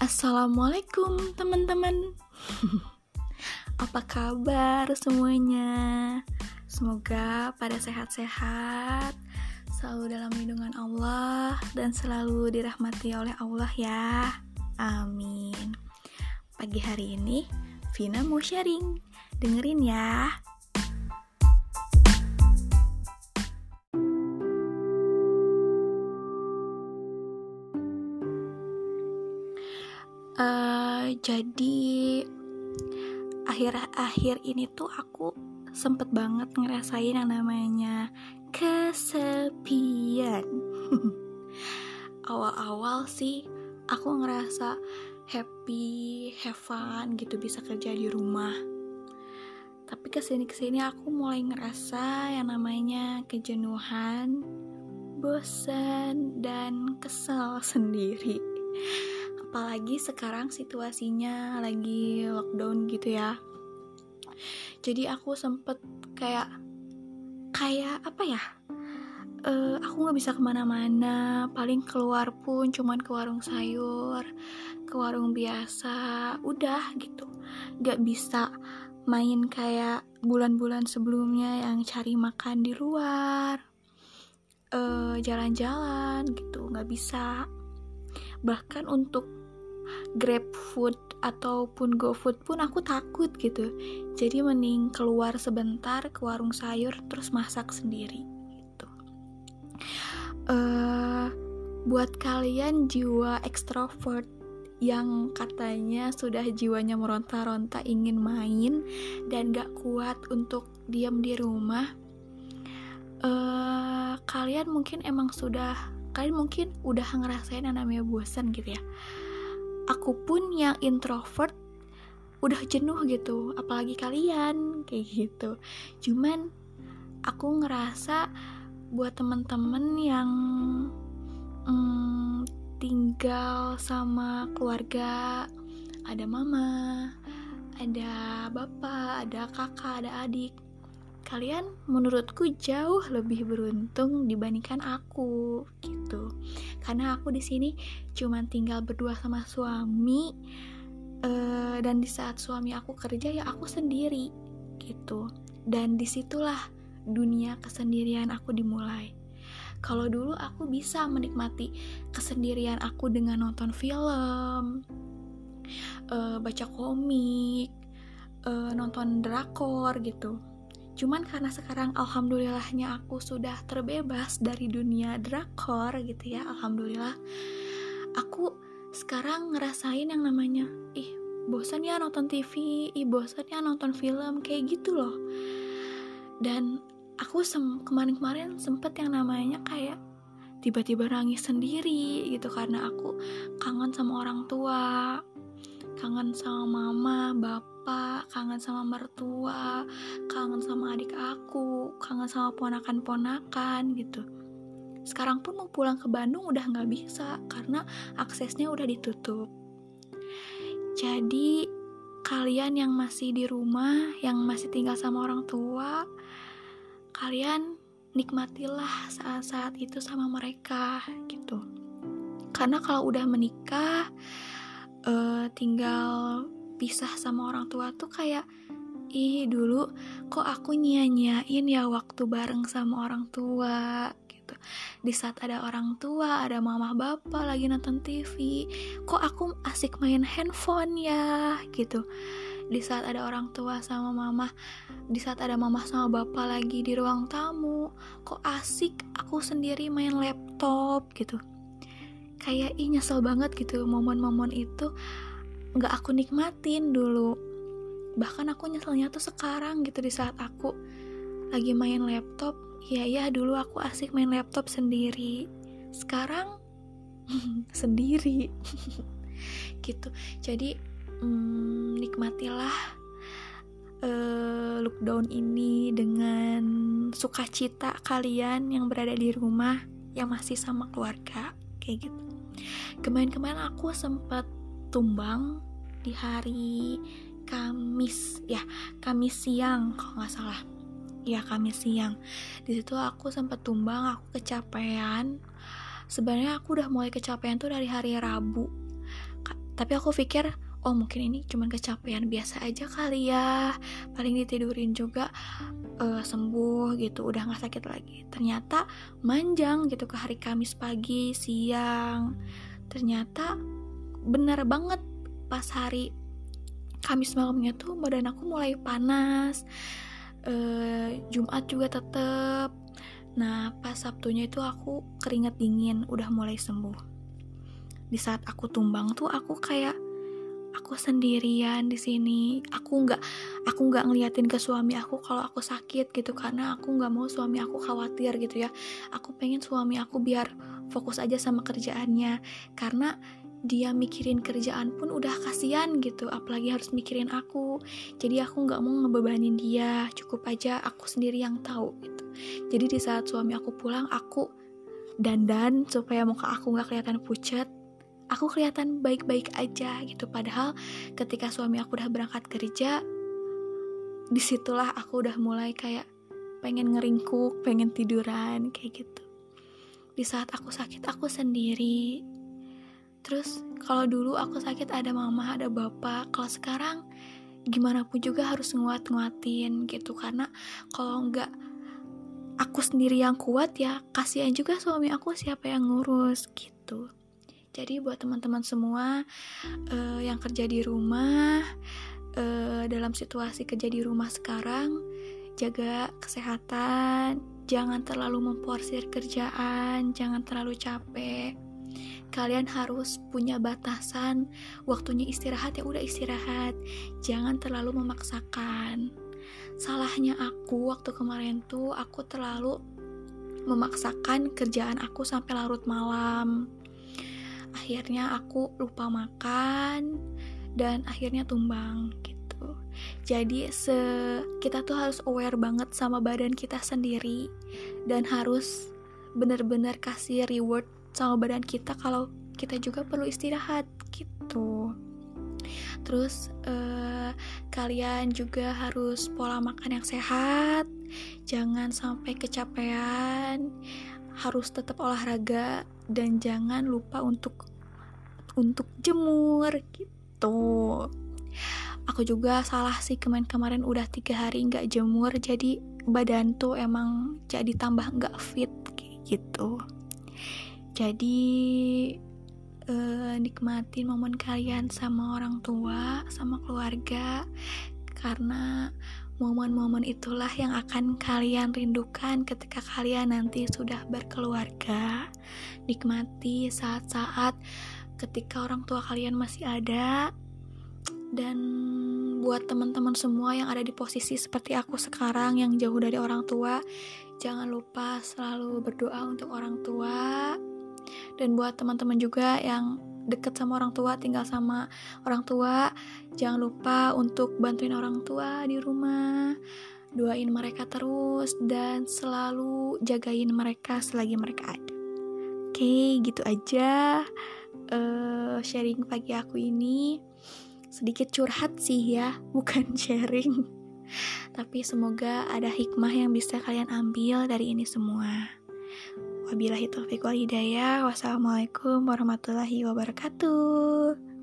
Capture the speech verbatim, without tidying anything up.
Assalamualaikum teman-teman. Apa kabar semuanya? Semoga pada sehat-sehat, selalu dalam lindungan Allah, dan selalu dirahmati oleh Allah ya. Amin. Pagi hari ini Vina mau sharing. Dengerin ya. Uh, jadi akhir-akhir ini tuh aku sempet banget ngerasain yang namanya kesepian. Awal-awal sih aku ngerasa happy, have fun gitu, bisa kerja di rumah. Tapi kesini-kesini aku mulai ngerasa yang namanya kejenuhan, bosan, dan kesel sendiri. Apalagi sekarang situasinya lagi lockdown gitu ya. Jadi aku sempet kayak kayak apa ya? Uh, aku nggak bisa kemana-mana. Paling keluar pun cuman ke warung sayur, ke warung biasa. Udah gitu. Nggak bisa main kayak bulan-bulan sebelumnya yang cari makan di luar, uh, jalan-jalan gitu. Nggak bisa. Bahkan untuk GrabFood ataupun GoFood pun aku takut gitu. Jadi mending keluar sebentar ke warung sayur terus masak sendiri gitu. Uh, buat kalian jiwa ekstrovert yang katanya sudah jiwanya meronta-ronta ingin main dan gak kuat untuk diam di rumah, uh, kalian mungkin emang sudah kalian mungkin udah ngerasain yang namanya bosan gitu ya. Aku pun yang introvert udah jenuh gitu, apalagi kalian kayak gitu. Cuman aku ngerasa buat teman-teman yang hmm, tinggal sama keluarga, ada mama, ada bapak, ada kakak, ada adik, kalian menurutku jauh lebih beruntung dibandingkan aku gitu. Karena aku di sini cuma tinggal berdua sama suami, uh, dan di saat suami aku kerja ya aku sendiri gitu. Dan disitulah dunia kesendirian aku dimulai. Kalau dulu aku bisa menikmati kesendirian aku dengan nonton film, uh, baca komik, uh, nonton drakor gitu. Cuman karena sekarang alhamdulillahnya aku sudah terbebas dari dunia drakor gitu ya, alhamdulillah. Aku sekarang ngerasain yang namanya, ih bosan ya nonton T V, ih bosan ya nonton film, kayak gitu loh. Dan aku sem- kemarin-kemarin sempet yang namanya kayak tiba-tiba nangis sendiri gitu, karena aku kangen sama orang tua, kangen sama mama, bapak, kangen sama mertua, kangen sama adik aku, kangen sama ponakan-ponakan gitu. Sekarang pun mau pulang ke Bandung udah gak bisa karena aksesnya udah ditutup. Jadi kalian yang masih di rumah, yang masih tinggal sama orang tua, kalian nikmatilah saat-saat itu sama mereka gitu. Karena kalau udah menikah, Uh, tinggal pisah sama orang tua tuh kayak, ih dulu kok aku nyia-nyiain ya waktu bareng sama orang tua gitu. Di saat ada orang tua, ada mama bapak lagi nonton T V, kok aku asik main handphone ya gitu. Di saat ada orang tua sama mama, di saat ada mama sama bapak lagi di ruang tamu, kok asik aku sendiri main laptop gitu. Kayak ih nyesel banget gitu, momen-momen itu gak aku nikmatin dulu. Bahkan aku nyeselnya tuh sekarang gitu, di saat aku lagi main laptop. Ya ya dulu aku asik main laptop sendiri, sekarang sendiri gitu. Jadi hmm, nikmatilah uh, lockdown ini dengan sukacita kalian yang berada di rumah, yang masih sama keluarga kayak gitu. Kemarin-kemarin aku sempat tumbang di hari Kamis ya, Kamis siang kalau nggak salah. Ya Kamis siang. Di situ aku sempat tumbang, aku kecapean. Sebenarnya aku udah mulai kecapean tuh dari hari Rabu. Tapi aku pikir, oh mungkin ini cuman kecapean biasa aja kali ya, paling ditidurin juga uh, sembuh gitu, udah gak sakit lagi. Ternyata manjang gitu ke hari Kamis pagi, siang. Ternyata benar banget pas hari Kamis malamnya tuh badan aku mulai panas, uh, Jumat juga tetep. Nah pas Sabtunya itu aku keringat dingin, udah mulai sembuh. Di saat aku tumbang tuh aku kayak aku sendirian di sini. Aku nggak, aku nggak ngeliatin ke suami aku kalau aku sakit gitu, karena aku nggak mau suami aku khawatir gitu ya. Aku pengen suami aku biar fokus aja sama kerjaannya, karena dia mikirin kerjaan pun udah kasihan gitu, apalagi harus mikirin aku. Jadi aku nggak mau ngebebanin dia, cukup aja aku sendiri yang tahu gitu. Jadi di saat suami aku pulang, aku dandan supaya muka aku nggak kelihatan pucat. Aku kelihatan baik-baik aja gitu. Padahal ketika suami aku udah berangkat kerja, disitulah aku udah mulai kayak pengen ngeringkuk, pengen tiduran kayak gitu. Di saat aku sakit aku sendiri. Terus kalau dulu aku sakit ada mama, ada bapak. Kalau sekarang gimana pun juga harus nguat-nguatin gitu, karena kalau enggak aku sendiri yang kuat ya kasihan juga suami aku, siapa yang ngurus gitu. Jadi buat teman-teman semua uh, yang kerja di rumah, uh, dalam situasi kerja di rumah sekarang, jaga kesehatan, jangan terlalu memforsir kerjaan, jangan terlalu capek. Kalian harus punya batasan, waktunya istirahat ya udah istirahat, jangan terlalu memaksakan. Salahnya aku waktu kemarin tuh aku terlalu memaksakan kerjaan aku sampai larut malam. Akhirnya aku lupa makan dan akhirnya tumbang gitu. Jadi se kita tuh harus aware banget sama badan kita sendiri dan harus benar-benar kasih reward sama badan kita kalau kita juga perlu istirahat gitu. Terus eh, kalian juga harus pola makan yang sehat, jangan sampai kecapean, harus tetap olahraga dan jangan lupa untuk untuk jemur gitu. Aku juga salah sih, kemarin-kemarin udah tiga hari nggak jemur, jadi badan tuh emang jadi tambah nggak fit kayak gitu. Jadi eh, nikmatin momen kalian sama orang tua, sama keluarga, karena momen-momen itulah yang akan kalian rindukan ketika kalian nanti sudah berkeluarga. Nikmati saat-saat ketika orang tua kalian masih ada. Dan buat teman-teman semua yang ada di posisi seperti aku sekarang yang jauh dari orang tua, jangan lupa selalu berdoa untuk orang tua. Dan buat teman-teman juga yang deket sama orang tua, tinggal sama orang tua, jangan lupa untuk bantuin orang tua di rumah, doain mereka terus dan selalu jagain mereka selagi mereka ada. Oke, gitu aja uh, sharing pagi aku ini. Sedikit curhat sih ya, bukan sharing, tapi semoga ada hikmah yang bisa kalian ambil dari ini semua. Wabillahi taufiq wal hidayah. Wassalamualaikum warahmatullahi wabarakatuh.